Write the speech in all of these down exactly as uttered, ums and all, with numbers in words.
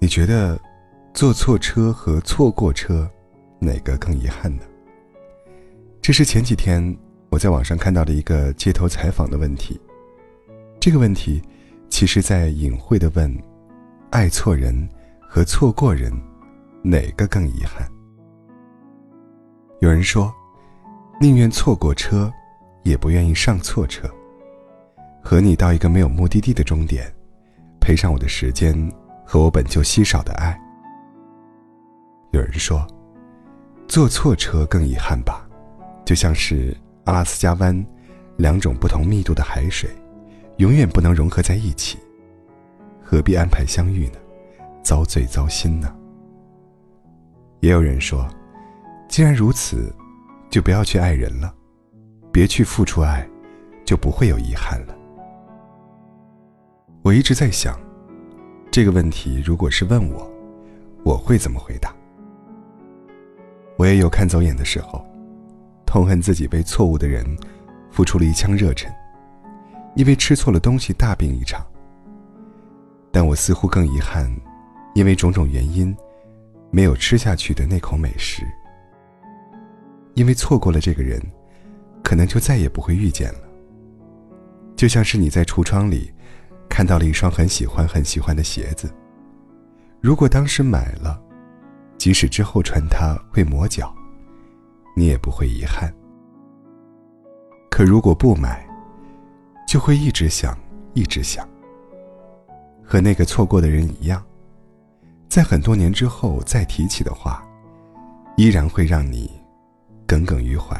你觉得坐错车和错过车哪个更遗憾呢？这是前几天我在网上看到的一个街头采访的问题。这个问题其实在隐晦地问，爱错人和错过人哪个更遗憾？有人说，宁愿错过车，也不愿意上错车，和你到一个没有目的地的终点，赔上我的时间和我本就稀少的爱。有人说，坐错车更遗憾吧，就像是阿拉斯加湾两种不同密度的海水永远不能融合在一起，何必安排相遇呢？遭罪糟心呢？也有人说，既然如此，就不要去爱人了，别去付出爱，就不会有遗憾了。我一直在想，这个问题如果是问我，我会怎么回答？我也有看走眼的时候，痛恨自己为错误的人付出了一腔热忱，因为吃错了东西大病一场。但我似乎更遗憾，因为种种原因没有吃下去的那口美食。因为错过了这个人，可能就再也不会遇见了。就像是你在橱窗里看到了一双很喜欢很喜欢的鞋子，如果当时买了，即使之后穿它会磨脚，你也不会遗憾。可如果不买，就会一直想一直想。和那个错过的人一样，在很多年之后再提起的话，依然会让你耿耿于怀。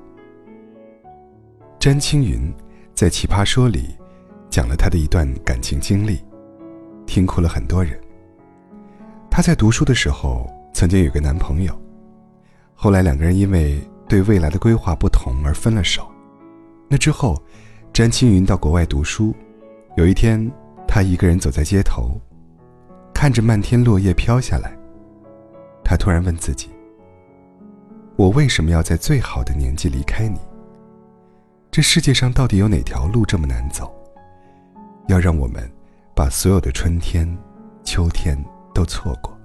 詹青云在《奇葩说》里讲了他的一段感情经历，听哭了很多人。他在读书的时候曾经有个男朋友，后来两个人因为对未来的规划不同而分了手。那之后，詹青云到国外读书，有一天他一个人走在街头，看着漫天落叶飘下来，他突然问自己，我为什么要在最好的年纪离开你？这世界上到底有哪条路这么难走，要让我们把所有的春天、秋天都错过？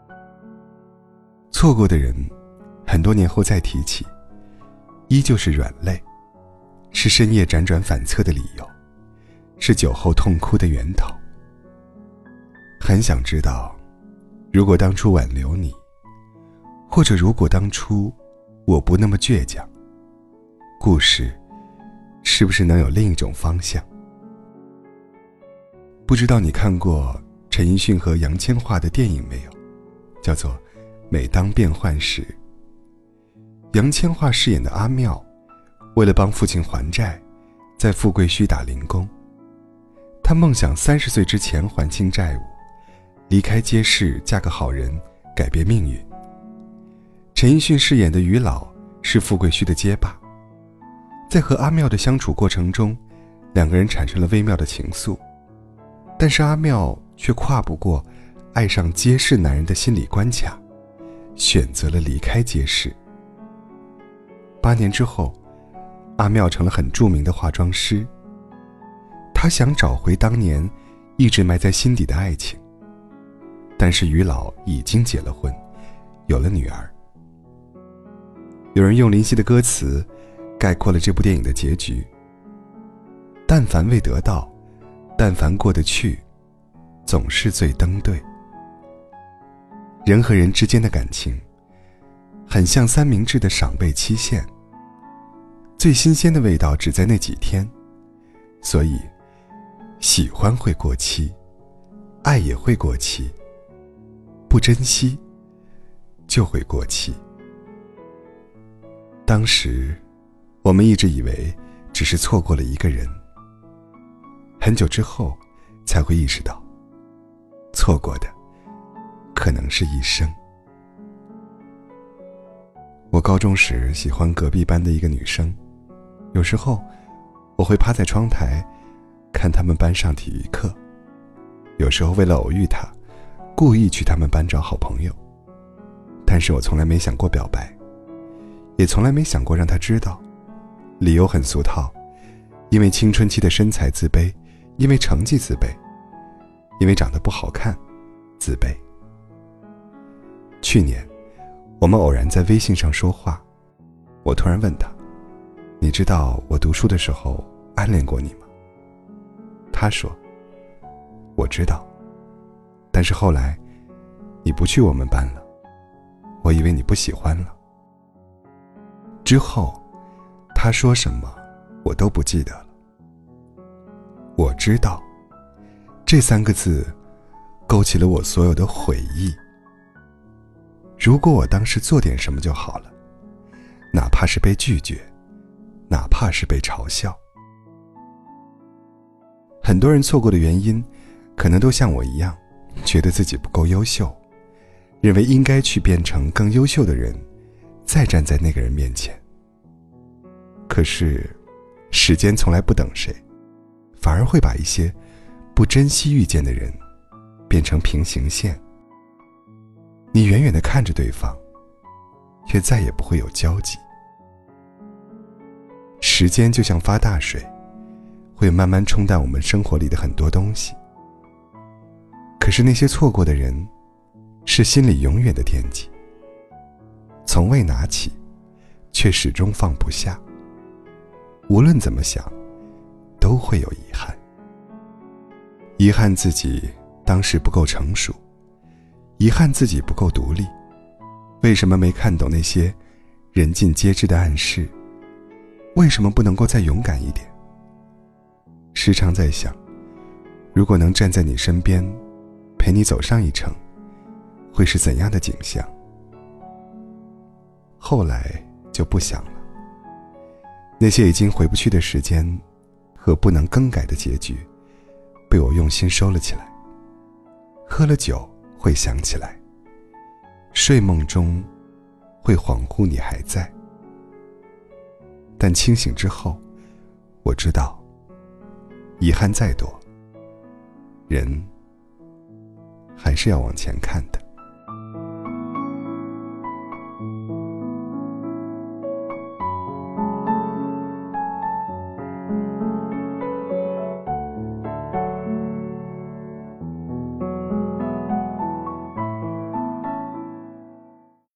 错过的人，很多年后再提起，依旧是软肋，是深夜辗转反侧的理由，是酒后痛哭的源头。很想知道，如果当初挽留你，或者如果当初我不那么倔强，故事是不是能有另一种方向？不知道你看过陈奕迅和杨千嬅的电影没有，叫做《每当变幻时》。杨千嬅饰演的阿妙，为了帮父亲还债，在富贵墟打零工。她梦想三十岁之前还清债务，离开街市，嫁个好人，改变命运。陈奕迅饰演的于老是富贵墟的街霸，在和阿妙的相处过程中，两个人产生了微妙的情愫，但是阿妙却跨不过爱上街市男人的心理关卡，选择了离开街市。八年之后，阿妙成了很著名的化妆师，他想找回当年一直埋在心底的爱情，但是于老已经结了婚，有了女儿。有人用林夕的歌词概括了这部电影的结局，但凡未得到，但凡过得去，总是最登对。人和人之间的感情很像三明治的赏味期限，最新鲜的味道只在那几天，所以喜欢会过期，爱也会过期，不珍惜就会过期。当时我们一直以为只是错过了一个人，很久之后才会意识到，错过的可能是一生。我高中时喜欢隔壁班的一个女生，有时候我会趴在窗台看他们班上体育课，有时候为了偶遇她，故意去他们班找好朋友，但是我从来没想过表白，也从来没想过让她知道。理由很俗套，因为青春期的身材自卑，因为成绩自卑，因为长得不好看自卑。 去年，我们偶然在微信上说话，我突然问他：“你知道我读书的时候暗恋过你吗？”他说：“我知道，但是后来你不去我们班了，我以为你不喜欢了。”之后他说什么我都不记得了。我知道这三个字勾起了我所有的悔意。如果我当时做点什么就好了，哪怕是被拒绝，哪怕是被嘲笑。很多人错过的原因可能都像我一样，觉得自己不够优秀，认为应该去变成更优秀的人，再站在那个人面前。可是时间从来不等谁，反而会把一些不珍惜遇见的人变成平行线。你远远地看着对方，却再也不会有交集。时间就像发大水，会慢慢冲淡我们生活里的很多东西。可是那些错过的人，是心里永远的惦记，从未拿起，却始终放不下。无论怎么想，都会有遗憾。遗憾自己当时不够成熟，遗憾自己不够独立，为什么没看懂那些人尽皆知的暗示？为什么不能够再勇敢一点？时常在想，如果能站在你身边，陪你走上一程，会是怎样的景象？后来就不想了。那些已经回不去的时间和不能更改的结局，被我用心收了起来。喝了酒会想起来，睡梦中会恍惚你还在，但清醒之后，我知道，遗憾再多，人还是要往前看的。